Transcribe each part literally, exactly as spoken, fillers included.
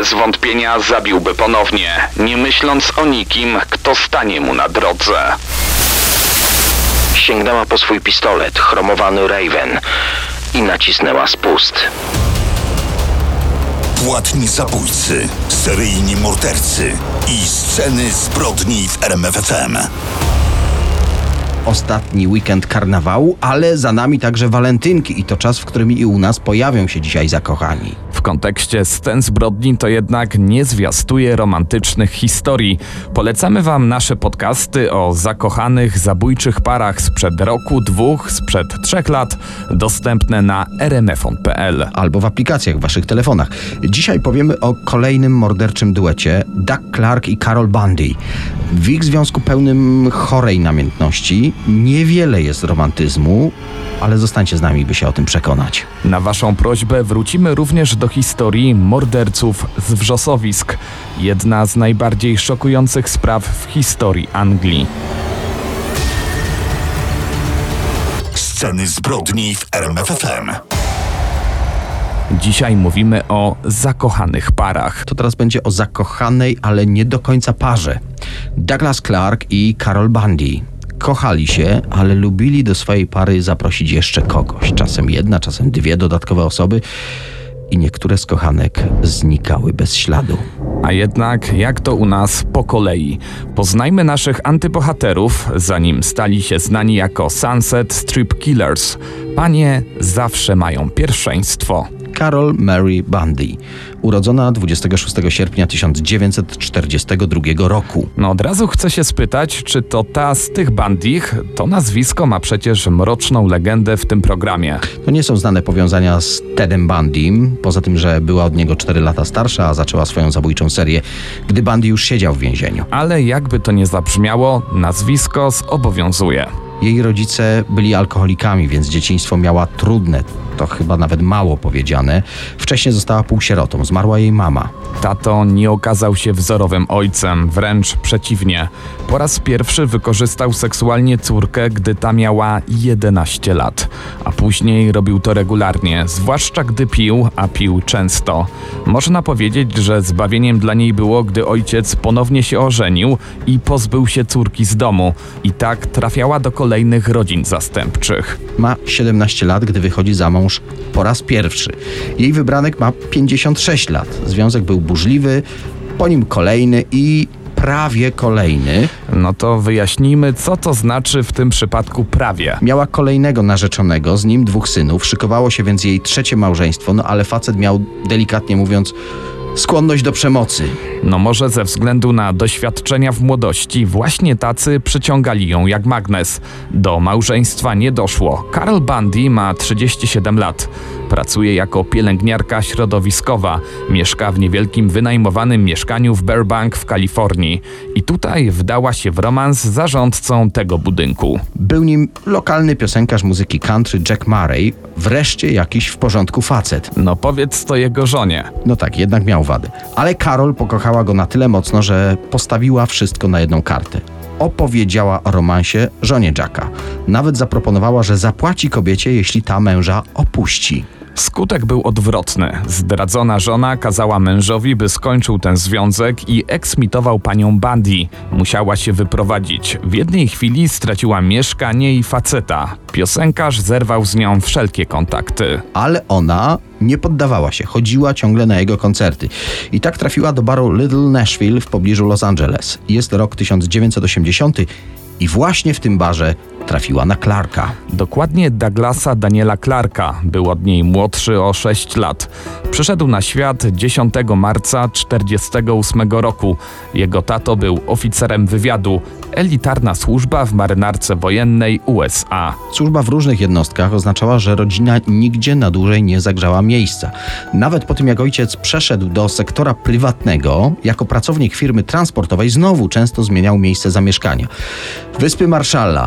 bez wątpienia zabiłby ponownie, nie myśląc o nikim, kto stanie mu na drodze. Sięgnęła po swój pistolet, chromowany Raven, i nacisnęła spust. Płatni zabójcy, seryjni mordercy i sceny zbrodni w R M F F M. Ostatni weekend karnawału, ale za nami także walentynki i to czas, w którym i u nas pojawią się dzisiaj zakochani. W kontekście scen zbrodni to jednak nie zwiastuje romantycznych historii. Polecamy wam nasze podcasty o zakochanych, zabójczych parach sprzed roku, dwóch, sprzed trzech lat, dostępne na r m f on kropka p l. Albo w aplikacjach w waszych telefonach. Dzisiaj powiemy o kolejnym morderczym duecie Doug Clark i Carol Bundy. W ich związku pełnym chorej namiętności niewiele jest romantyzmu, ale zostańcie z nami, by się o tym przekonać. Na waszą prośbę wrócimy również do historii morderców z wrzosowisk. Jedna z najbardziej szokujących spraw w historii Anglii. Sceny zbrodni w R M F F M. Dzisiaj mówimy o zakochanych parach. To teraz będzie o zakochanej, ale nie do końca parze. Douglas Clark i Carol Bundy. Kochali się, ale lubili do swojej pary zaprosić jeszcze kogoś. Czasem jedna, czasem dwie dodatkowe osoby i niektóre z kochanek znikały bez śladu. A jednak jak to u nas po kolei? Poznajmy naszych antybohaterów, zanim stali się znani jako Sunset Strip Killers. Panie zawsze mają pierwszeństwo. Carol Mary Bundy, urodzona dwudziestego szóstego sierpnia tysiąc dziewięćset czterdziestego drugiego roku. No od razu chcę się spytać, czy to ta z tych Bundych? To nazwisko ma przecież mroczną legendę w tym programie. To nie są znane powiązania z Tedem Bundym, poza tym, że była od niego cztery lata starsza, a zaczęła swoją zabójczą serię, gdy Bundy już siedział w więzieniu. Ale jakby to nie zabrzmiało, nazwisko zobowiązuje. Jej rodzice byli alkoholikami, więc dzieciństwo miała trudne. To chyba nawet mało powiedziane. Wcześniej została półsierotą. Zmarła jej mama. Tato nie okazał się wzorowym ojcem, wręcz przeciwnie. Po raz pierwszy wykorzystał seksualnie córkę, gdy ta miała jedenaście lat. A później robił to regularnie, zwłaszcza gdy pił, a pił często. Można powiedzieć, że zbawieniem dla niej było, gdy ojciec ponownie się ożenił i pozbył się córki z domu. I tak trafiała do kolejnych rodzin zastępczych. Ma siedemnaście lat, gdy wychodzi za mąż po raz pierwszy. Jej wybranek ma pięćdziesiąt sześć lat. Związek był burzliwy, po nim kolejny i prawie kolejny. No to wyjaśnijmy, co to znaczy w tym przypadku prawie. Miała kolejnego narzeczonego, z nim dwóch synów. Szykowało się więc jej trzecie małżeństwo, no ale facet miał, delikatnie mówiąc, skłonność do przemocy. No może ze względu na doświadczenia w młodości właśnie tacy przyciągali ją jak magnes. Do małżeństwa nie doszło. Carol Bundy ma trzydzieści siedem lat. Pracuje jako pielęgniarka środowiskowa. Mieszka w niewielkim wynajmowanym mieszkaniu w Burbank w Kalifornii. I tutaj wdała się w romans z zarządcą tego budynku. Był nim lokalny piosenkarz muzyki country Jack Murray. Wreszcie jakiś w porządku facet. No powiedz to jego żonie. No tak, jednak miał wady. Ale Carol pokochała go na tyle mocno, że postawiła wszystko na jedną kartę. Opowiedziała o romansie żonie Jacka. Nawet zaproponowała, że zapłaci kobiecie, jeśli ta męża opuści. Skutek był odwrotny. Zdradzona żona kazała mężowi, by skończył ten związek i eksmitował panią Bundy. Musiała się wyprowadzić. W jednej chwili straciła mieszkanie i faceta. Piosenkarz zerwał z nią wszelkie kontakty. Ale ona nie poddawała się. Chodziła ciągle na jego koncerty. I tak trafiła do baru Little Nashville w pobliżu Los Angeles. Jest rok tysiąc dziewięćset osiemdziesiąty i właśnie w tym barze trafiła na Clarka. Dokładnie Douglasa Daniela Clarka. Był od niej młodszy o sześć lat. Przyszedł na świat dziesiątego marca tysiąc dziewięćset czterdziestego ósmego roku. Jego tato był oficerem wywiadu. Elitarna służba w marynarce wojennej U S A. Służba w różnych jednostkach oznaczała, że rodzina nigdzie na dłużej nie zagrzała miejsca. Nawet po tym, jak ojciec przeszedł do sektora prywatnego, jako pracownik firmy transportowej znowu często zmieniał miejsce zamieszkania. Wyspy Marshalla,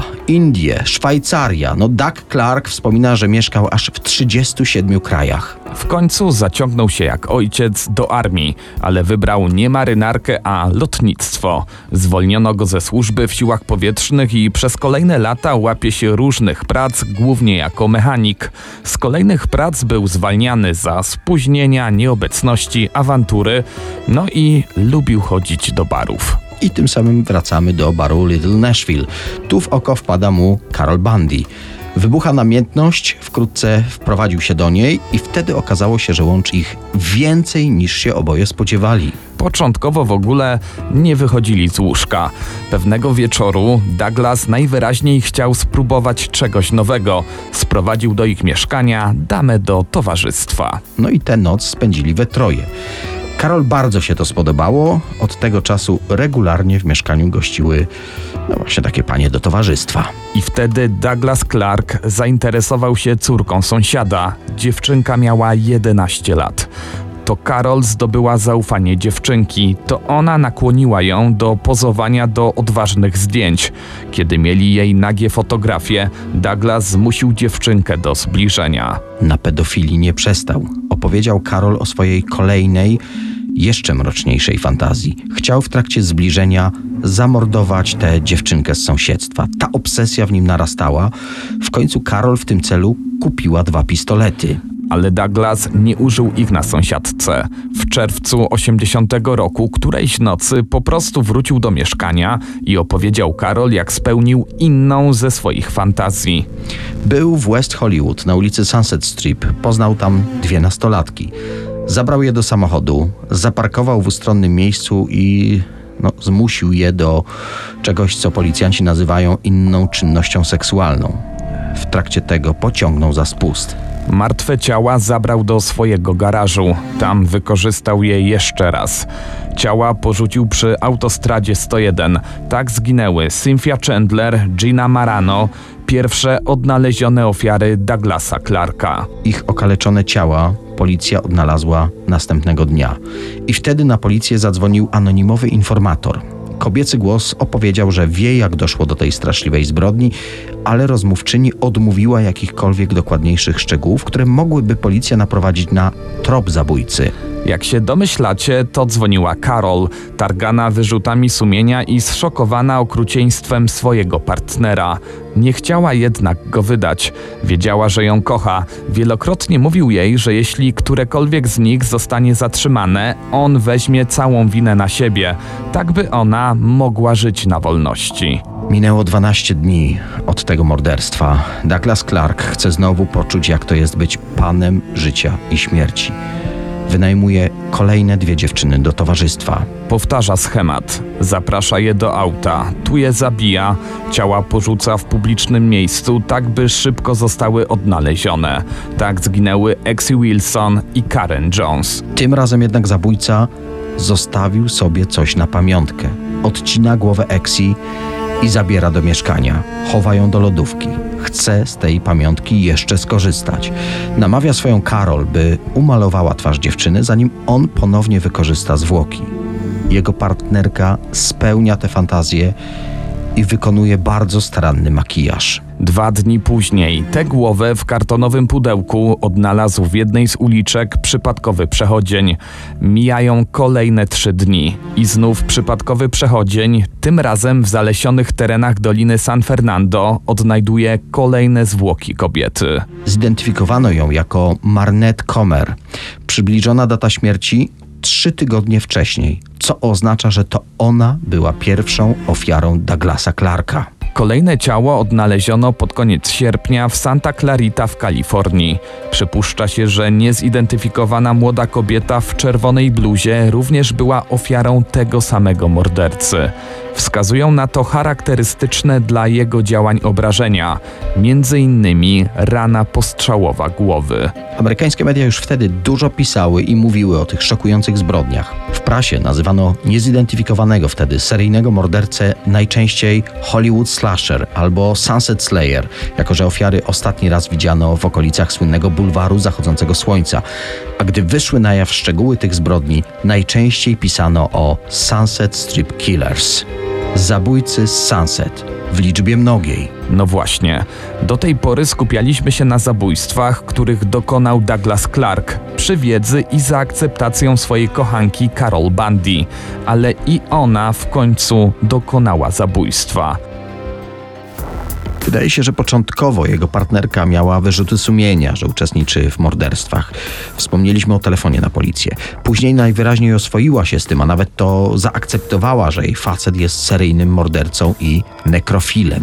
Indie, Szwajcaria. No Doug Clark wspomina, że mieszkał aż w trzydziestu siedmiu krajach. W końcu zaciągnął się jak ojciec do armii, ale wybrał nie marynarkę, a lotnictwo. Zwolniono go ze służby w siłach powietrznych i przez kolejne lata łapie się różnych prac, głównie jako mechanik. Z kolejnych prac był zwalniany za spóźnienia, nieobecności, awantury, no i lubił chodzić do barów. I tym samym wracamy do baru Little Nashville. Tu w oko wpada mu Carol Bundy. Wybucha namiętność, wkrótce wprowadził się do niej i wtedy okazało się, że łączy ich więcej niż się oboje spodziewali. Początkowo w ogóle nie wychodzili z łóżka. Pewnego wieczoru Douglas najwyraźniej chciał spróbować czegoś nowego. Sprowadził do ich mieszkania damę do towarzystwa. No i tę noc spędzili we troje. Carol bardzo się to spodobało. Od tego czasu regularnie w mieszkaniu gościły no właśnie takie panie do towarzystwa. I wtedy Douglas Clark zainteresował się córką sąsiada. Dziewczynka miała jedenaście lat. To Carol zdobyła zaufanie dziewczynki. To ona nakłoniła ją do pozowania do odważnych zdjęć. Kiedy mieli jej nagie fotografie, Douglas zmusił dziewczynkę do zbliżenia. Na pedofilii nie przestał. Opowiedział Carol o swojej kolejnej, jeszcze mroczniejszej fantazji. Chciał w trakcie zbliżenia zamordować tę dziewczynkę z sąsiedztwa. Ta obsesja w nim narastała. W końcu Carol w tym celu kupiła dwa pistolety. Ale Douglas nie użył ich na sąsiadce. W czerwcu osiemdziesiątego roku którejś nocy po prostu wrócił do mieszkania i opowiedział Carol, jak spełnił inną ze swoich fantazji. Był w West Hollywood, na ulicy Sunset Strip. Poznał tam dwie nastolatki. Zabrał je do samochodu, zaparkował w ustronnym miejscu i no, zmusił je do czegoś, co policjanci nazywają inną czynnością seksualną. W trakcie tego pociągnął za spust. Martwe ciała zabrał do swojego garażu. Tam wykorzystał je jeszcze raz. Ciała porzucił przy autostradzie sto jeden. Tak zginęły Cynthia Chandler, Gina Marano, pierwsze odnalezione ofiary Douglasa Clarka. Ich okaleczone ciała policja odnalazła następnego dnia. I wtedy na policję zadzwonił anonimowy informator. Kobiecy głos opowiedział, że wie, jak doszło do tej straszliwej zbrodni, ale rozmówczyni odmówiła jakichkolwiek dokładniejszych szczegółów, które mogłyby policję naprowadzić na trop zabójcy. Jak się domyślacie, to dzwoniła Carol, targana wyrzutami sumienia i zszokowana okrucieństwem swojego partnera. Nie chciała jednak go wydać. Wiedziała, że ją kocha. Wielokrotnie mówił jej, że jeśli którekolwiek z nich zostanie zatrzymane, on weźmie całą winę na siebie, tak by ona mogła żyć na wolności. Minęło dwanaście dni od tego morderstwa. Douglas Clark chce znowu poczuć, jak to jest być panem życia i śmierci. Wynajmuje kolejne dwie dziewczyny do towarzystwa. Powtarza schemat. Zaprasza je do auta, tu je zabija, ciała porzuca w publicznym miejscu, tak by szybko zostały odnalezione. Tak zginęły Exie Wilson i Karen Jones. Tym razem jednak zabójca zostawił sobie coś na pamiątkę. Odcina głowę Exie i zabiera do mieszkania. Chowa ją do lodówki. Chce z tej pamiątki jeszcze skorzystać. Namawia swoją Carol, by umalowała twarz dziewczyny, zanim on ponownie wykorzysta zwłoki. Jego partnerka spełnia tę fantazję i wykonuje bardzo staranny makijaż. Dwa dni później tę głowę w kartonowym pudełku odnalazł w jednej z uliczek przypadkowy przechodzień. Mijają kolejne trzy dni i znów przypadkowy przechodzień, tym razem w zalesionych terenach Doliny San Fernando, odnajduje kolejne zwłoki kobiety. Zidentyfikowano ją jako Marnette Comer. Przybliżona data śmierci trzy tygodnie wcześniej, co oznacza, że to ona była pierwszą ofiarą Douglasa Clarka. Kolejne ciało odnaleziono pod koniec sierpnia w Santa Clarita w Kalifornii. Przypuszcza się, że niezidentyfikowana młoda kobieta w czerwonej bluzie również była ofiarą tego samego mordercy. Wskazują na to charakterystyczne dla jego działań obrażenia, między innymi rana postrzałowa głowy. Amerykańskie media już wtedy dużo pisały i mówiły o tych szokujących zbrodniach. W prasie nazywano niezidentyfikowanego wtedy seryjnego mordercę najczęściej Hollywood Slasher albo Sunset Slayer, jako że ofiary ostatni raz widziano w okolicach słynnego bulwaru zachodzącego słońca. A gdy wyszły na jaw szczegóły tych zbrodni, najczęściej pisano o Sunset Strip Killers. Zabójcy z Sunset. w liczbie mnogiej. No właśnie, do tej pory skupialiśmy się na zabójstwach, których dokonał Douglas Clark, przy wiedzy i za akceptacją swojej kochanki Carol Bundy, ale i ona w końcu dokonała zabójstwa. Wydaje się, że początkowo jego partnerka miała wyrzuty sumienia, że uczestniczy w morderstwach. Wspomnieliśmy o telefonie na policję. Później najwyraźniej oswoiła się z tym, a nawet to zaakceptowała, że jej facet jest seryjnym mordercą i nekrofilem.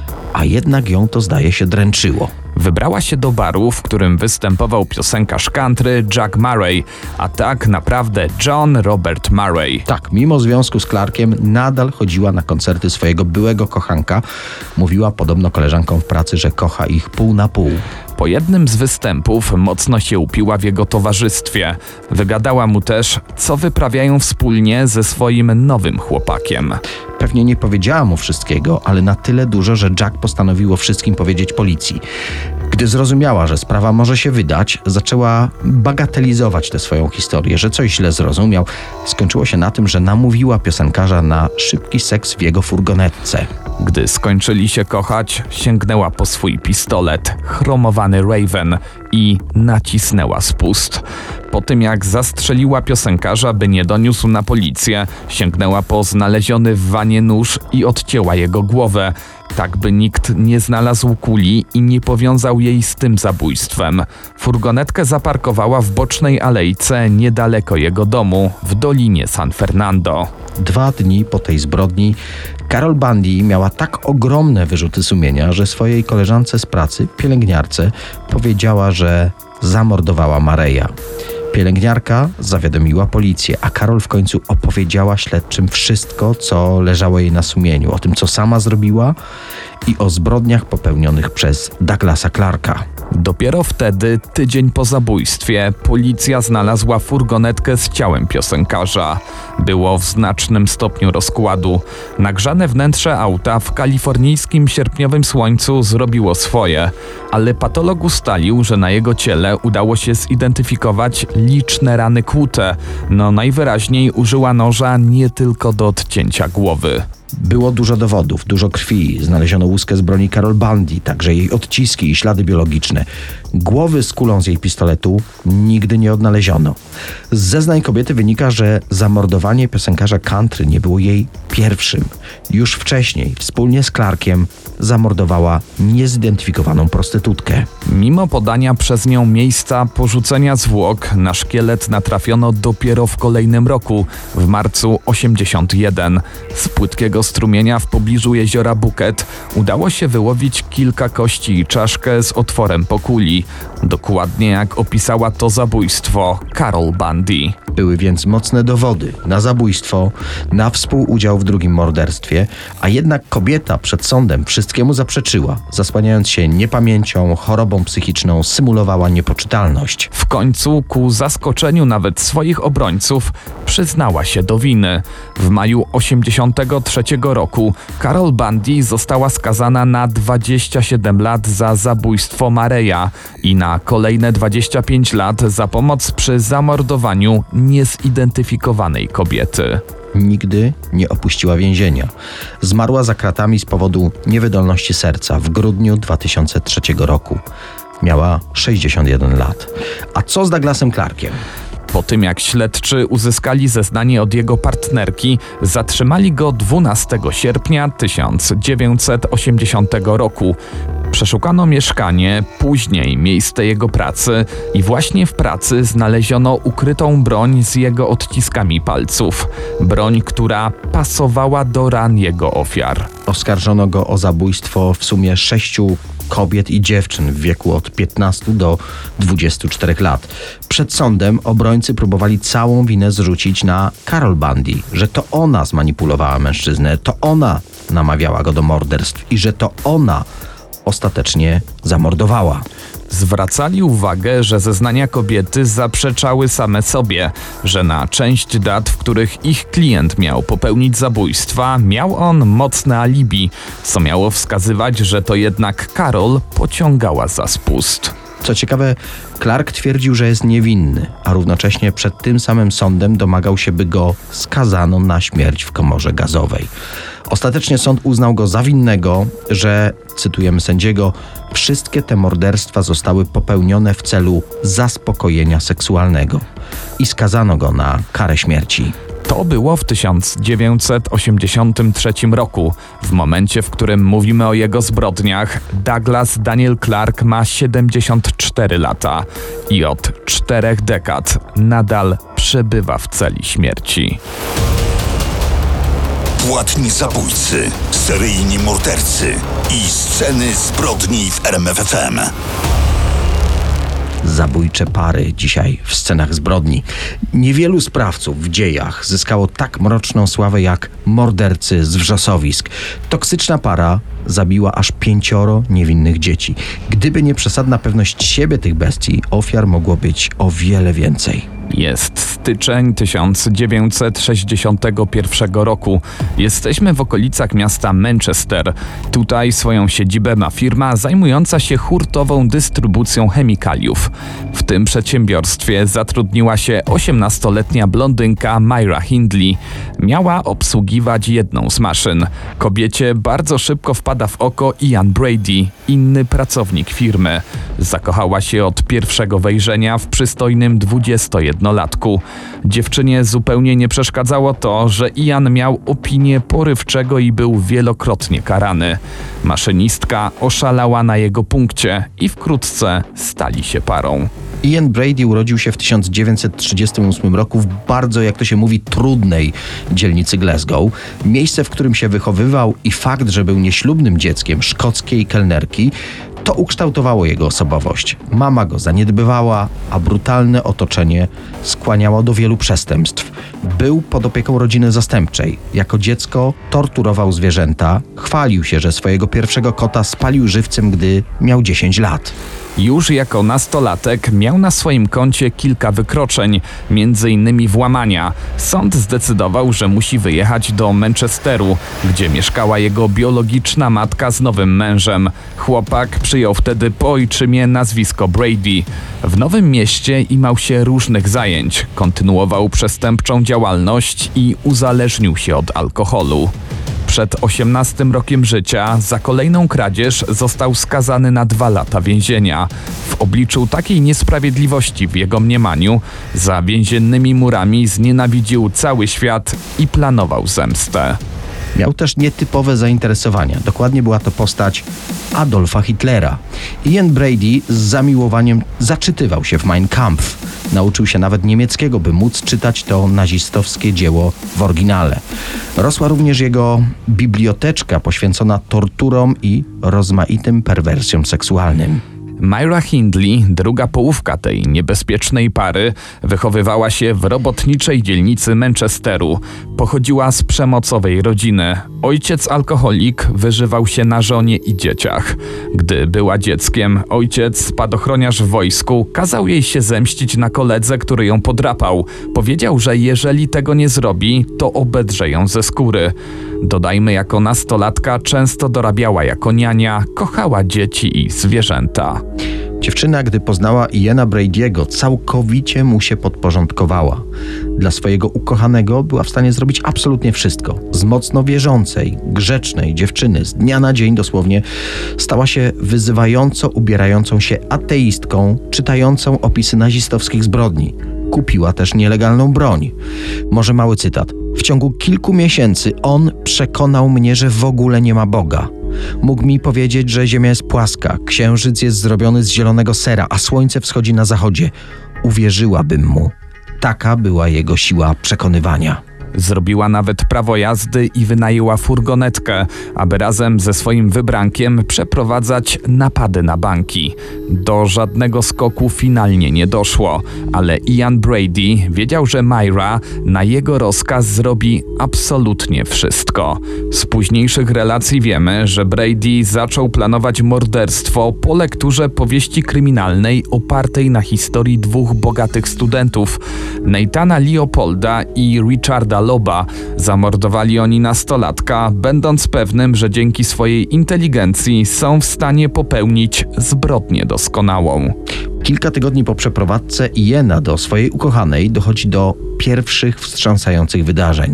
A jednak ją to, zdaje się, dręczyło. Wybrała się do baru, w którym występował piosenkarz country Jack Murray, a tak naprawdę John Robert Murray. Tak, mimo związku z Clarkiem nadal chodziła na koncerty swojego byłego kochanka. Mówiła podobno koleżankom w pracy, że kocha ich pół na pół. Po jednym z występów mocno się upiła w jego towarzystwie. Wygadała mu też, co wyprawiają wspólnie ze swoim nowym chłopakiem. Pewnie nie powiedziała mu wszystkiego, ale na tyle dużo, że Jack postanowił o wszystkim powiedzieć policji. Gdy zrozumiała, że sprawa może się wydać, zaczęła bagatelizować tę swoją historię, że coś źle zrozumiał. Skończyło się na tym, że namówiła piosenkarza na szybki seks w jego furgonetce. Gdy skończyli się kochać, sięgnęła po swój pistolet, chromowany Raven, i nacisnęła spust. Po tym jak zastrzeliła piosenkarza, by nie doniósł na policję, sięgnęła po znaleziony w wanie nóż i odcięła jego głowę, tak by nikt nie znalazł kuli i nie powiązał jej z tym zabójstwem. Furgonetkę zaparkowała w bocznej alejce niedaleko jego domu, w Dolinie San Fernando. Dwa dni po tej zbrodni Carol Bundy miała tak ogromne wyrzuty sumienia, że swojej koleżance z pracy, pielęgniarce, powiedziała, że zamordowała Murraya. Pielęgniarka zawiadomiła policję, a Carol w końcu opowiedziała śledczym wszystko, co leżało jej na sumieniu, o tym, co sama zrobiła i o zbrodniach popełnionych przez Douglasa Clarka. Dopiero wtedy, tydzień po zabójstwie, policja znalazła furgonetkę z ciałem piosenkarza. Było w znacznym stopniu rozkładu. Nagrzane wnętrze auta w kalifornijskim sierpniowym słońcu zrobiło swoje, ale patolog ustalił, że na jego ciele udało się zidentyfikować liczne rany kłute. No najwyraźniej użyła noża nie tylko do odcięcia głowy. Było dużo dowodów, dużo krwi. Znaleziono łuskę z broni Carol Bundy, także jej odciski i ślady biologiczne. Głowy z kulą z jej pistoletu nigdy nie odnaleziono. Z zeznań kobiety wynika, że zamordowanie piosenkarza country nie było jej pierwszym. Już wcześniej, wspólnie z Clarkiem, zamordowała niezidentyfikowaną prostytutkę. Mimo podania przez nią miejsca porzucenia zwłok, na szkielet natrafiono dopiero w kolejnym roku, w marcu osiemdziesiątego pierwszego. Z płytkiego strumienia w pobliżu jeziora Bucket udało się wyłowić kilka kości i czaszkę z otworem po kuli. Dokładnie jak opisała to zabójstwo Carol Bundy. Były więc mocne dowody na zabójstwo, na współudział w drugim morderstwie, a jednak kobieta przed sądem wszystkiemu zaprzeczyła, zasłaniając się niepamięcią, chorobą psychiczną, symulowała niepoczytalność. W końcu, ku zaskoczeniu nawet swoich obrońców, przyznała się do winy. W maju osiemdziesiątego trzeciego roku Carol Bundy została skazana na dwadzieścia siedem lat za zabójstwo Murraya i na kolejne dwadzieścia pięć lat za pomoc przy zamordowaniu niezidentyfikowanej kobiety. Nigdy nie opuściła więzienia. Zmarła za kratami z powodu niewydolności serca w grudniu dwa tysiące trzeciego roku. Miała sześćdziesiąt jeden lat. A co z Douglasem Clarkiem? Po tym jak śledczy uzyskali zeznanie od jego partnerki, zatrzymali go dwunastego sierpnia tysiąc dziewięćset osiemdziesiątego roku. Przeszukano mieszkanie, później miejsce jego pracy i właśnie w pracy znaleziono ukrytą broń z jego odciskami palców. Broń, która pasowała do ran jego ofiar. Oskarżono go o zabójstwo w sumie sześciu kobiet i dziewczyn w wieku od piętnastu do dwudziestu czterech lat. Przed sądem obrońcy próbowali całą winę zrzucić na Carol Bundy, że to ona zmanipulowała mężczyznę, to ona namawiała go do morderstw i że to ona ostatecznie zamordowała. Zwracali uwagę, że zeznania kobiety zaprzeczały same sobie, że na część dat, w których ich klient miał popełnić zabójstwa, miał on mocne alibi, co miało wskazywać, że to jednak Carol pociągała za spust. Co ciekawe, Clark twierdził, że jest niewinny, a równocześnie przed tym samym sądem domagał się, by go skazano na śmierć w komorze gazowej. Ostatecznie sąd uznał go za winnego, że, cytujemy sędziego, wszystkie te morderstwa zostały popełnione w celu zaspokojenia seksualnego i skazano go na karę śmierci. To było w tysiąc dziewięćset osiemdziesiątym trzecim roku. W momencie, w którym mówimy o jego zbrodniach, Douglas Daniel Clark ma siedemdziesiąt cztery lata i od czterech dekad nadal przebywa w celi śmierci. Płatni zabójcy, seryjni mordercy i sceny zbrodni w R M F F M. Zabójcze pary dzisiaj w scenach zbrodni. Niewielu sprawców w dziejach zyskało tak mroczną sławę jak mordercy z wrzosowisk. Toksyczna para zabiła aż pięcioro niewinnych dzieci. Gdyby nie przesadna pewność siebie tych bestii, ofiar mogło być o wiele więcej. Jest styczeń tysiąc dziewięćset sześćdziesiątego pierwszego roku. Jesteśmy w okolicach miasta Manchester. Tutaj swoją siedzibę ma firma zajmująca się hurtową dystrybucją chemikaliów. W tym przedsiębiorstwie zatrudniła się osiemnastoletnia blondynka Myra Hindley. Miała obsługiwać jedną z maszyn. Kobiecie bardzo szybko wpada w oko Ian Brady, inny pracownik firmy. Zakochała się od pierwszego wejrzenia w przystojnym dwudziestojednolatku. Dziewczynie zupełnie nie przeszkadzało to, że Ian miał opinię porywczego i był wielokrotnie karany. Maszynistka oszalała na jego punkcie i wkrótce stali się parą. Ian Brady urodził się w tysiąc dziewięćset trzydziestym ósmym roku w bardzo, jak to się mówi, trudnej dzielnicy Glasgow. Miejsce, w którym się wychowywał i fakt, że był nieślubnym dzieckiem szkockiej kelnerki, to ukształtowało jego osobowość. Mama go zaniedbywała, a brutalne otoczenie skłaniało do wielu przestępstw. Był pod opieką rodziny zastępczej. Jako dziecko torturował zwierzęta. Chwalił się, że swojego pierwszego kota spalił żywcem, gdy miał dziesięć lat. Już jako nastolatek miał na swoim koncie kilka wykroczeń, między innymi włamania. Sąd zdecydował, że musi wyjechać do Manchesteru, gdzie mieszkała jego biologiczna matka z nowym mężem. Chłopak przyjął wtedy po ojczymie nazwisko Brady. W Nowym Mieście imał się różnych zajęć, kontynuował przestępczą działalność i uzależnił się od alkoholu. Przed osiemnastym rokiem życia za kolejną kradzież został skazany na dwa lata więzienia. W obliczu takiej niesprawiedliwości w jego mniemaniu za więziennymi murami znienawidził cały świat i planował zemstę. Miał też nietypowe zainteresowania. Dokładnie była to postać Adolfa Hitlera. Ian Brady z zamiłowaniem zaczytywał się w Mein Kampf. Nauczył się nawet niemieckiego, by móc czytać to nazistowskie dzieło w oryginale. Rosła również jego biblioteczka poświęcona torturom i rozmaitym perwersjom seksualnym. Myra Hindley, druga połówka tej niebezpiecznej pary, wychowywała się w robotniczej dzielnicy Manchesteru. Pochodziła z przemocowej rodziny. Ojciec alkoholik wyżywał się na żonie i dzieciach. Gdy była dzieckiem, ojciec, spadochroniarz w wojsku, kazał jej się zemścić na koledze, który ją podrapał. Powiedział, że jeżeli tego nie zrobi, to obedrze ją ze skóry. Dodajmy, jako nastolatka często dorabiała jako niania, kochała dzieci i zwierzęta. Dziewczyna, gdy poznała Iana Brady'ego, całkowicie mu się podporządkowała. Dla swojego ukochanego była w stanie zrobić absolutnie wszystko. Z mocno wierzącej, grzecznej dziewczyny z dnia na dzień dosłownie stała się wyzywająco ubierającą się ateistką, czytającą opisy nazistowskich zbrodni. Kupiła też nielegalną broń. Może mały cytat. W ciągu kilku miesięcy on przekonał mnie, że w ogóle nie ma Boga. Mógł mi powiedzieć, że Ziemia jest płaska, księżyc jest zrobiony z zielonego sera, a słońce wschodzi na zachodzie. Uwierzyłabym mu. Taka była jego siła przekonywania. Zrobiła nawet prawo jazdy i wynajęła furgonetkę, aby razem ze swoim wybrankiem przeprowadzać napady na banki. Do żadnego skoku finalnie nie doszło, ale Ian Brady wiedział, że Myra na jego rozkaz zrobi absolutnie wszystko. Z późniejszych relacji wiemy, że Brady zaczął planować morderstwo po lekturze powieści kryminalnej opartej na historii dwóch bogatych studentów, Nathana Leopolda i Richarda Loba. Zamordowali oni nastolatka, będąc pewnym, że dzięki swojej inteligencji są w stanie popełnić zbrodnię doskonałą. Kilka tygodni po przeprowadzce Iena do swojej ukochanej dochodzi do pierwszych wstrząsających wydarzeń.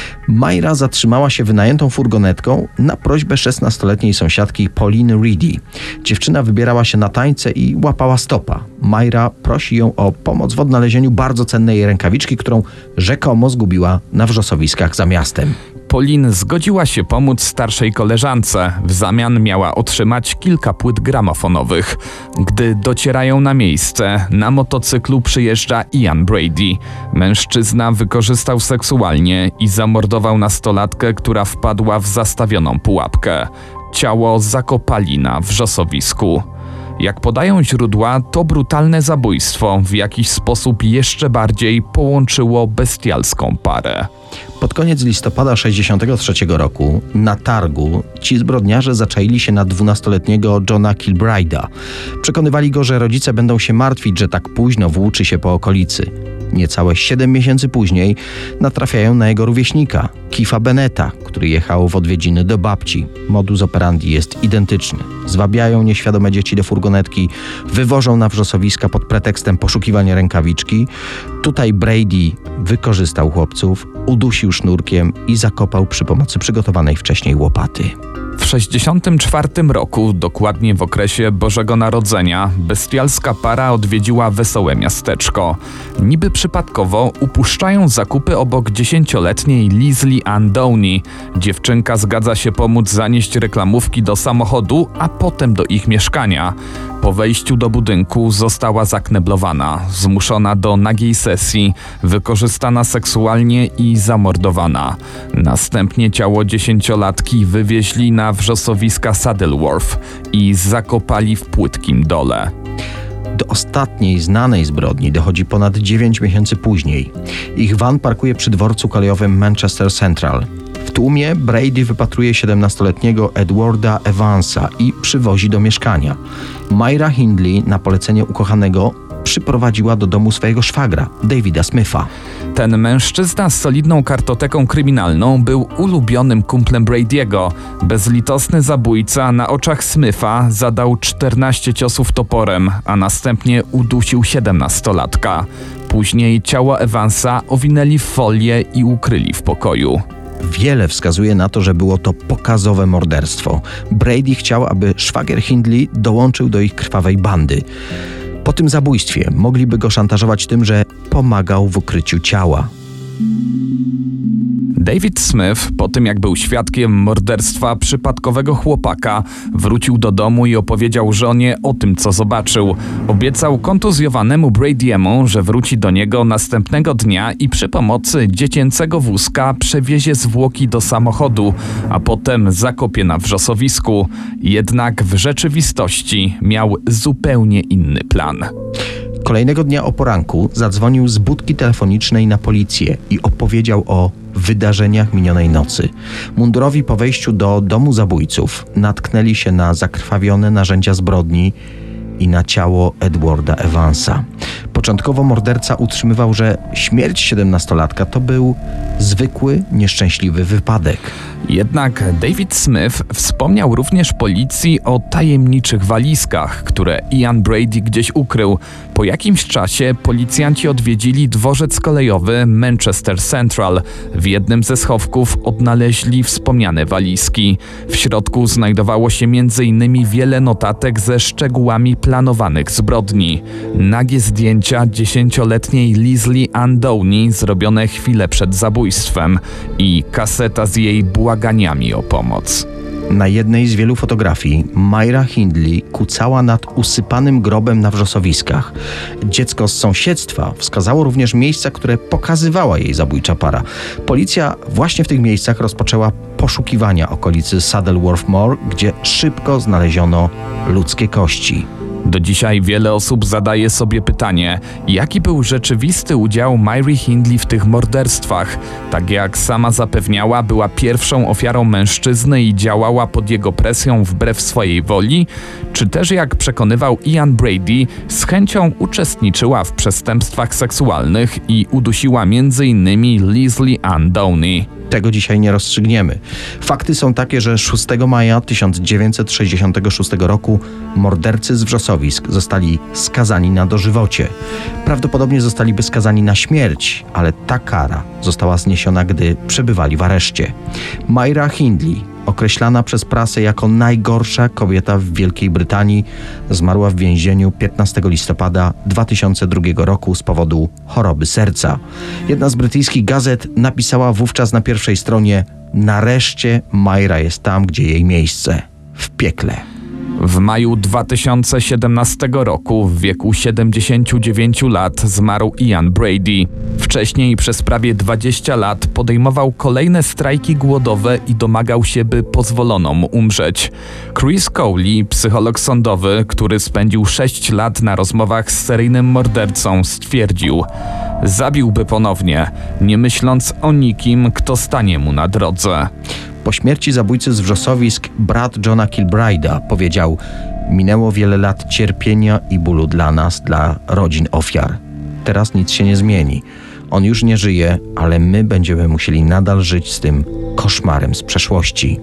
Myra zatrzymała się wynajętą furgonetką na prośbę szesnastoletniej sąsiadki Pauline Reedy. Dziewczyna wybierała się na tańce i łapała stopa. Myra prosi ją o pomoc w odnalezieniu bardzo cennej rękawiczki, którą rzekomo zgubiła na wrzosowiskach za miastem. Pauline zgodziła się pomóc starszej koleżance. W zamian miała otrzymać kilka płyt gramofonowych. Gdy docierają na miejsce, na motocyklu przyjeżdża Ian Brady. Mężczyzna wykorzystał seksualnie i zamordował nastolatkę, która wpadła w zastawioną pułapkę. Ciało zakopali na wrzosowisku. Jak podają źródła, to brutalne zabójstwo w jakiś sposób jeszcze bardziej połączyło bestialską parę. Pod koniec listopada sześćdziesiątego trzeciego roku na targu ci zbrodniarze zaczaili się na dwunastoletniego Johna Kilbride'a. Przekonywali go, że rodzice będą się martwić, że tak późno włóczy się po okolicy. Niecałe siedem miesięcy później natrafiają na jego rówieśnika, Keitha Bennetta, który jechał w odwiedziny do babci. Modus operandi jest identyczny. Zwabiają nieświadome dzieci do furgonetki, wywożą na wrzosowiska pod pretekstem poszukiwania rękawiczki. Tutaj Brady wykorzystał chłopców, udusił sznurkiem i zakopał przy pomocy przygotowanej wcześniej łopaty. W sześćdziesiątym czwartym roku, dokładnie w okresie Bożego Narodzenia, bestialska para odwiedziła wesołe miasteczko. Niby przypadkowo upuszczają zakupy obok dziesięcioletniej Leslie Ann Downey. Dziewczynka zgadza się pomóc zanieść reklamówki do samochodu, a potem do ich mieszkania. Po wejściu do budynku została zakneblowana, zmuszona do nagiej sesji, wykorzystana seksualnie i zamordowana. Następnie ciało dziesięciolatki wywieźli na wrzosowiska Saddle Wharf i zakopali w płytkim dole. Do ostatniej znanej zbrodni dochodzi ponad dziewięć miesięcy później. Ich van parkuje przy dworcu kolejowym Manchester Central. W tłumie Brady wypatruje siedemnastoletniego Edwarda Evansa i przywozi do mieszkania. Myra Hindley na polecenie ukochanego przyprowadziła do domu swojego szwagra, Davida Smitha. Ten mężczyzna z solidną kartoteką kryminalną był ulubionym kumplem Brady'ego. Bezlitosny zabójca na oczach Smitha zadał czternaście ciosów toporem, a następnie udusił siedemnastolatka. Później ciało Evansa owinęli w folię i ukryli w pokoju. Wiele wskazuje na to, że było to pokazowe morderstwo. Brady chciał, aby szwagier Hindley dołączył do ich krwawej bandy. Po tym zabójstwie mogliby go szantażować tym, że pomagał w ukryciu ciała. David Smith, po tym jak był świadkiem morderstwa przypadkowego chłopaka, wrócił do domu i opowiedział żonie o tym, co zobaczył. Obiecał kontuzjowanemu Brady'emu, że wróci do niego następnego dnia i przy pomocy dziecięcego wózka przewiezie zwłoki do samochodu, a potem zakopie na wrzosowisku. Jednak w rzeczywistości miał zupełnie inny plan. Kolejnego dnia o poranku zadzwonił z budki telefonicznej na policję i opowiedział o wydarzeniach minionej nocy. Mundurowi po wejściu do domu zabójców natknęli się na zakrwawione narzędzia zbrodni i na ciało Edwarda Evansa. Początkowo morderca utrzymywał, że śmierć siedemnastolatka to był zwykły, nieszczęśliwy wypadek. Jednak David Smith wspomniał również policji o tajemniczych walizkach, które Ian Brady gdzieś ukrył. Po jakimś czasie policjanci odwiedzili dworzec kolejowy Manchester Central. W jednym ze schowków odnaleźli wspomniane walizki. W środku znajdowało się między innymi wiele notatek ze szczegółami planowanych zbrodni. Nagie zdjęcia dziesięcioletniej Leslie Ann Downey zrobione chwilę przed zabójstwem i kaseta z jej błaganiami o pomoc. Na jednej z wielu fotografii Myra Hindley kucała nad usypanym grobem na wrzosowiskach. Dziecko z sąsiedztwa wskazało również miejsca, które pokazywała jej zabójcza para. Policja właśnie w tych miejscach rozpoczęła poszukiwania okolicy Saddle Wharf Moor, gdzie szybko znaleziono ludzkie kości. Do dzisiaj wiele osób zadaje sobie pytanie, jaki był rzeczywisty udział Myry Hindley w tych morderstwach. Tak jak sama zapewniała, była pierwszą ofiarą mężczyzny i działała pod jego presją wbrew swojej woli, czy też jak przekonywał Ian Brady, z chęcią uczestniczyła w przestępstwach seksualnych i udusiła między innymi Leslie Ann Downey. Tego dzisiaj nie rozstrzygniemy. Fakty są takie, że szóstego maja tysiąc dziewięćset sześćdziesiątego szóstego roku mordercy z wrzosowisk zostali skazani na dożywocie. Prawdopodobnie zostaliby skazani na śmierć, ale ta kara została zniesiona, gdy przebywali w areszcie. Myra Hindley, określana przez prasę jako najgorsza kobieta w Wielkiej Brytanii, zmarła w więzieniu piętnastego listopada dwa tysiące drugiego roku z powodu choroby serca. Jedna z brytyjskich gazet napisała wówczas na pierwszej stronie: nareszcie Myra jest tam, gdzie jej miejsce – w piekle. W maju dwa tysiące siedemnastego roku w wieku siedemdziesięciu dziewięciu lat zmarł Ian Brady. Wcześniej przez prawie dwadzieścia lat podejmował kolejne strajki głodowe i domagał się, by pozwolono mu umrzeć. Chris Cowley, psycholog sądowy, który spędził sześć lat na rozmowach z seryjnym mordercą, stwierdził: zabiłby ponownie, nie myśląc o nikim, kto stanie mu na drodze. Po śmierci zabójcy z wrzosowisk brat Johna Kilbride'a powiedział: minęło wiele lat cierpienia i bólu dla nas, dla rodzin ofiar. Teraz nic się nie zmieni. On już nie żyje, ale my będziemy musieli nadal żyć z tym koszmarem z przeszłości.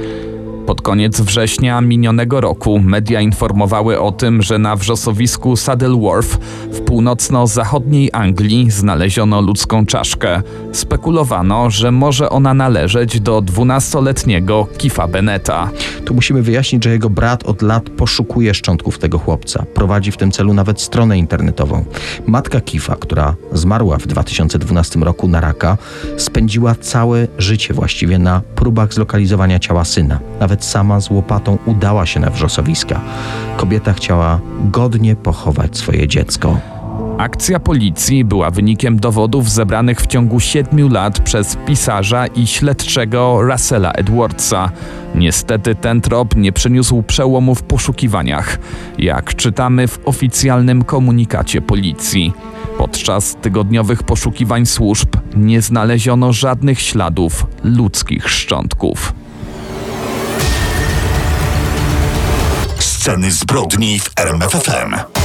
Pod koniec września minionego roku media informowały o tym, że na wrzosowisku Saddle Wharf w północno-zachodniej Anglii znaleziono ludzką czaszkę. Spekulowano, że może ona należeć do dwunastoletniego Keitha Bennetta. Tu musimy wyjaśnić, że jego brat od lat poszukuje szczątków tego chłopca. Prowadzi w tym celu nawet stronę internetową. Matka Keitha, która zmarła w dwa tysiące dwunastym roku na raka, spędziła całe życie właściwie na próbach zlokalizowania ciała syna. Nawet sama z łopatą udała się na wrzosowiska. Kobieta chciała godnie pochować swoje dziecko. Akcja policji była wynikiem dowodów zebranych w ciągu siedmiu lat przez pisarza i śledczego Russella Edwardsa. Niestety ten trop nie przyniósł przełomu w poszukiwaniach, jak czytamy w oficjalnym komunikacie policji. Podczas tygodniowych poszukiwań służb nie znaleziono żadnych śladów ludzkich szczątków. Sceny zbrodni w R M F F M.